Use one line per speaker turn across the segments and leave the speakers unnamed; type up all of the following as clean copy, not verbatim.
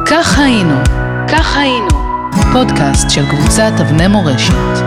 כך היינו, כך היינו. פודקאסט של קבוצת אבני מורשת.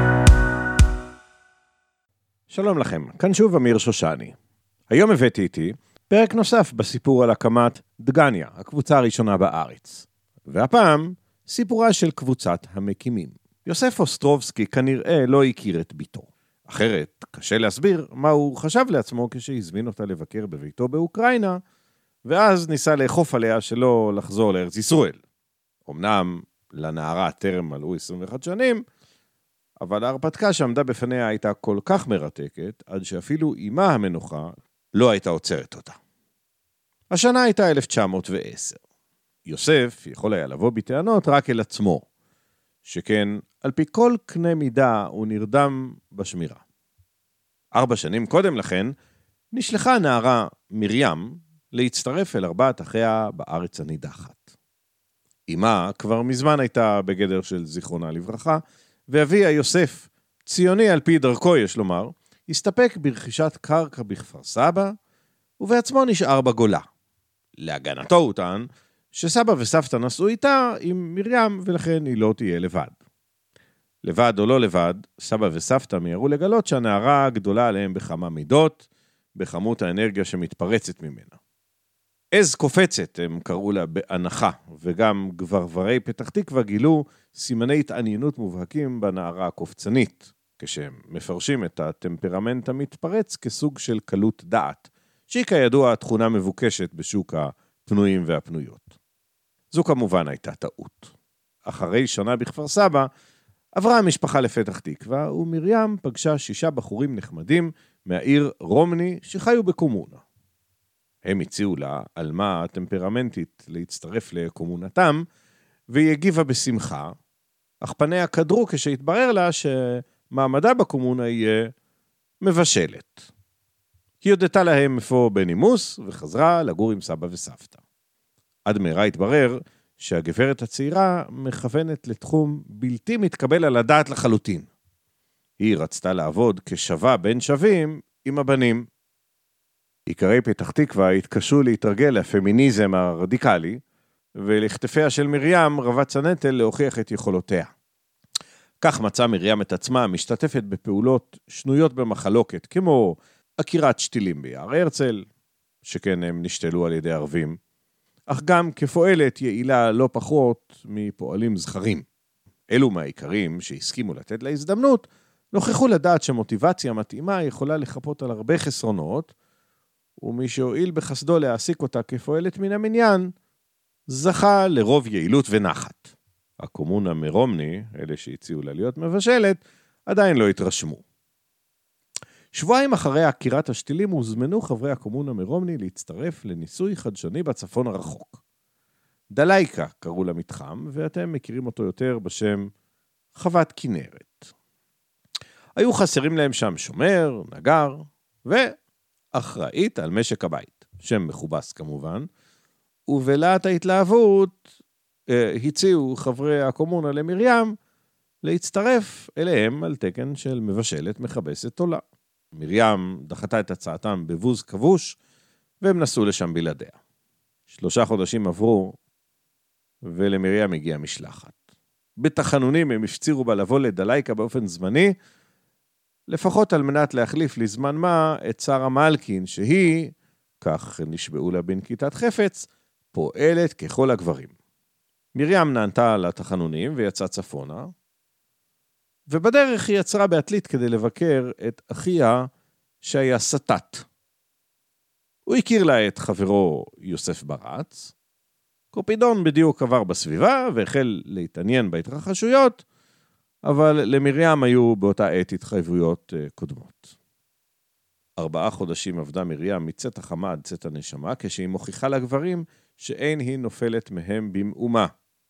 שלום לכם, כאן שוב אמיר שושני. היום הבאתי איתי פרק נוסף בסיפור על הקמת דגניה, הקבוצה הראשונה בארץ. והפעם, סיפורה של קבוצת המקימים. יוסף אוסטרובסקי כנראה לא הכיר את ביתו. אחרת, קשה להסביר מה הוא חשב לעצמו כשהזמין אותה לבקר בביתו באוקראינה, ואז ניסה לאכוף עליה שלא לחזור לארץ ישראל. אמנם לנערה טרם מלאו 21 שנים, אבל ההרפתקה שעמדה בפניה הייתה כל כך מרתקת, עד שאפילו אמא המנוחה לא הייתה עוצרת אותה. השנה הייתה 1910. יוסף יכול היה לבוא בטענות רק אל עצמו, שכן על פי כל קנה מידה הוא נרדם בשמירה. 4 שנים קודם לכן, נשלחה הנערה מרים להצטרף אל 4 אחיה בארץ הנידחת. אמא כבר מזמן הייתה בגדר של זיכרונה לברכה, ואביה יוסף, ציוני על פי דרכו יש לומר, הסתפק ברכישת קרקע בכפר סבא, ובעצמו נשאר בגולה. להגנתו הוא טען שסבא וסבתא נסעו איתה עם מרים, ולכן היא לא תהיה לבד. לבד או לא לבד, סבא וסבתא מיהרו לגלות שהנערה גדולה עליהם בכמה מידות, בכמות האנרגיה שמתפרצת ממנה. עז קופצת הם קראו לה בהנחה, וגם גברברי פתח תקווה גילו סימני התעניינות מובהקים בנערה הקופצנית, כשהם מפרשים את הטמפרמנט המתפרץ כסוג של קלות דעת, שהיא כידוע תכונה מבוקשת בשוק הפנויים והפנויות. זו כמובן הייתה טעות. אחרי שנה בכפר סבא, עברה המשפחה לפתח תקווה, ומרים פגשה 6 בחורים נחמדים מהעיר רומני שחיו בקומונה. הם הציעו לה אלמה טמפרמנטית להצטרף לקומונתם, והיא הגיבה בשמחה, אך פניה קדרו כשהתברר לה שמעמדה בקומונה יהיה מבשלת. היא הודתה להם איפה בנימוס, וחזרה לגור עם סבא וסבתא. עד מהרה התברר שהגברת הצעירה מכוונת לתחום בלתי מתקבל על הדעת לחלוטין. היא רצתה לעבוד כשווה בין שווים עם הבנים. עיקרי פתח תקווה התקשו להתרגל לפמיניזם הרדיקלי, ולכתפיה של מרים רבץ הנטל להוכיח את יכולותיה. כך מצא מרים את עצמה משתתפת בפעולות שנויות במחלוקת, כמו עקירת שתילים ביער הרצל, שכן הם נשתלו על ידי ערבים, אך גם כפועלת יעילה לא פחות מפועלים זכרים. אלו מהעיקרים שהסכימו לתת לה הזדמנות, נוכחו לדעת שמוטיבציה מתאימה יכולה לחפות על הרבה חסרונות, ומי שהועיל בחסדו להעסיק אותה כפועלת מן המניין, זכה לרוב יעילות ונחת. הקומונה מרומני, אלה שהציעו לה להיות מבשלת, עדיין לא התרשמו. שבועיים אחרי עקירת השתילים הוזמנו חברי הקומונה מרומני להצטרף לניסוי חדשני בצפון הרחוק. דלייקה קראו למתחם, ואתם מכירים אותו יותר בשם חוות כנרת. היו חסרים להם שם שומר, נגר, ואחראית על משק הבית, שם מכובס כמובן, ובלעת ההתלהבות הציעו חברי הקומונה למרים להצטרף אליהם על תקן של מבשלת מכבסת עולה. מרים דחתה את הצעתם בבוז כבוש, והם נסעו לשם בלעדיה. 3 חודשים עברו, ולמרים הגיעה משלחת. בתחנונים הם הפצירו בה לבוא לדלייקה באופן זמני, לפחות על מנת להחליף לזמן מה את שרה מלכין, שהיא, כך נשבעו לה בנקיטת חפץ, פועלת ככל הגברים. מרים נענתה לתחנונים ויצאה צפונה, ובדרך היא יצרה בעתלית כדי לבקר את אחיה שהיה סטט. הוא הכיר לה את חברו יוסף ברץ, קופידון בדיוק עבר בסביבה והחל להתעניין בהתרחשויות, אבל למרים היו באותה עת התחייבויות קודמות. 4 חודשים עבדה מרים מצאת החמה עד צאת הנשמה, כשהיא מוכיחה לגברים שאין היא נופלת מהם במאומה.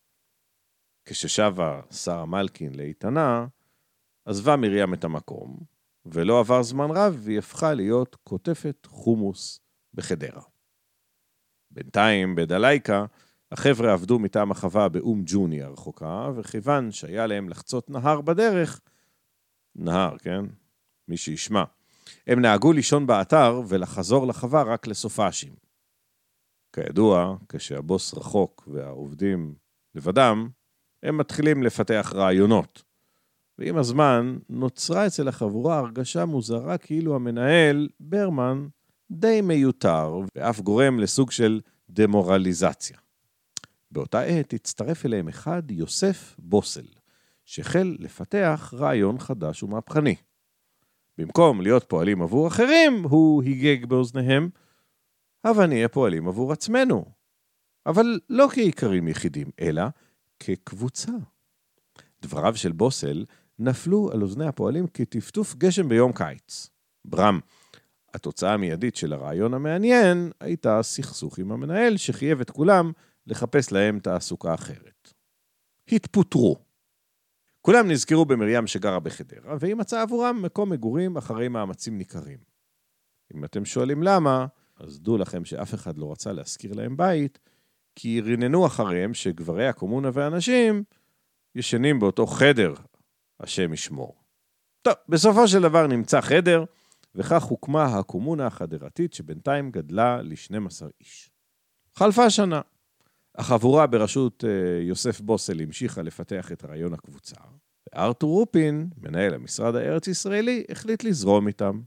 כששבה שרה מלכין לאיתנה, עזבה מרים את המקום, ולא עבר זמן רב והיא הפכה להיות כותפת חומוס בחדרה. בינתיים בדלייקה, החבר'ה עבדו מטעם החווה באום ג'וני הרחוקה, וכיוון שהיה להם לחצות נהר בדרך, נהר, כן? מי שישמע. הם נהגו לישון באתר ולחזור לחווה רק לסופשים. כידוע, כשהבוס רחוק והעובדים לבדם, הם מתחילים לפתח רעיונות. ועם הזמן נוצרה אצל החבורה הרגשה מוזרה כאילו המנהל, ברמן, די מיותר, ואף גורם לסוג של דמורליזציה. באותה עת הצטרף אליהם אחד יוסף בוסל, שהחל לפתח רעיון חדש ומהפכני. במקום להיות פועלים עבור אחרים, הוא היגג באוזניהם, אבל נהיה פועלים עבור עצמנו. אבל לא כעיקרים יחידים, אלא כקבוצה. דבריו של בוסל נפלו על אוזני הפועלים כטפטוף גשם ביום קיץ. ברם, התוצאה המיידית של הרעיון המעניין הייתה סכסוך עם המנהל שחייב את כולם לחפש להם תעסוקה אחרת. התפוטרו. כולם נזכרו במרים שגרה בחדרה, והיא מצאה עבורם מקום מגורים אחרי מאמצים ניכרים. אם אתם שואלים למה, אז דעו לכם שאף אחד לא רצה להזכיר להם בית, כי ריננו אחריהם שגברי הקומונה ואנשים ישנים באותו חדר, השם ישמור. טוב, בסופו של דבר נמצא חדר, וכך הוקמה הקומונה החדרתית שבינתיים גדלה ל-12 איש. חלפה שנה. החבורה בראשות יוסף בוסל המשיכה לפתח את רעיון הקבוצה, וארתור רופין, מנהל המשרד הארץ ישראלי, החליט לזרום איתם.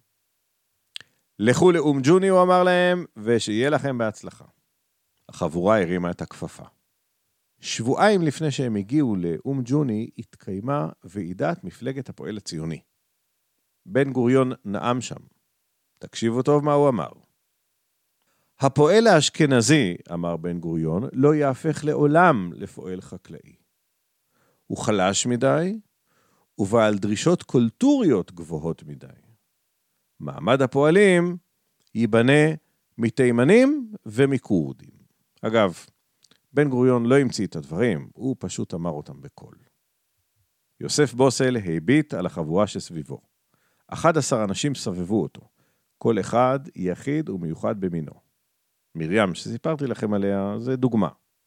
לכו לאום ג'וני, הוא אמר להם, ושיהיה לכם בהצלחה. החבורה הרימה את הכפפה. שבועיים לפני שהם הגיעו לאום ג'וני, התקיימה ועידת מפלגת הפועל הציוני. בן גוריון נאם שם. תקשיבו טוב מה הוא אמר. הפועל האשכנזי, אמר בן גוריון, לא יהפך לעולם לפועל חקלאי. הוא חלש מדי, ובעל דרישות קולטוריות גבוהות מדי. מעמד הפועלים ייבנה מתימנים ומקורדים. אגב, בן גוריון לא המציא את הדברים, הוא פשוט אמר אותם בקול. יוסף בוסל הביט על החבורה שסביבו. 11 אנשים סבבו אותו, כל אחד יחיד ומיוחד במינו. מרים, שסיפרתי לכם עליה, זה דוגמה.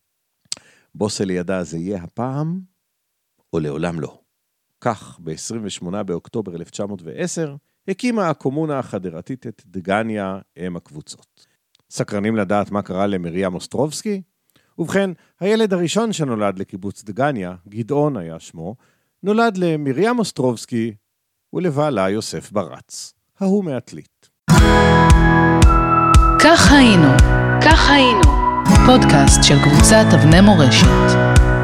בוסל ידע זה יהיה הפעם, או לעולם לא. כך, ב-28 באוקטובר 1910, הקימה הקומונה החדרתית את דגניה, אם הקבוצות. סקרנים לדעת מה קרה למרים אוסטרובסקי? ובכן, הילד הראשון שנולד לקיבוץ דגניה, גדעון היה שמו, נולד למרים אוסטרובסקי ולבעלה יוסף ברץ, ההוא מעתלית.
כך היינו, פודקאסט של קבוצת אבני מורשת.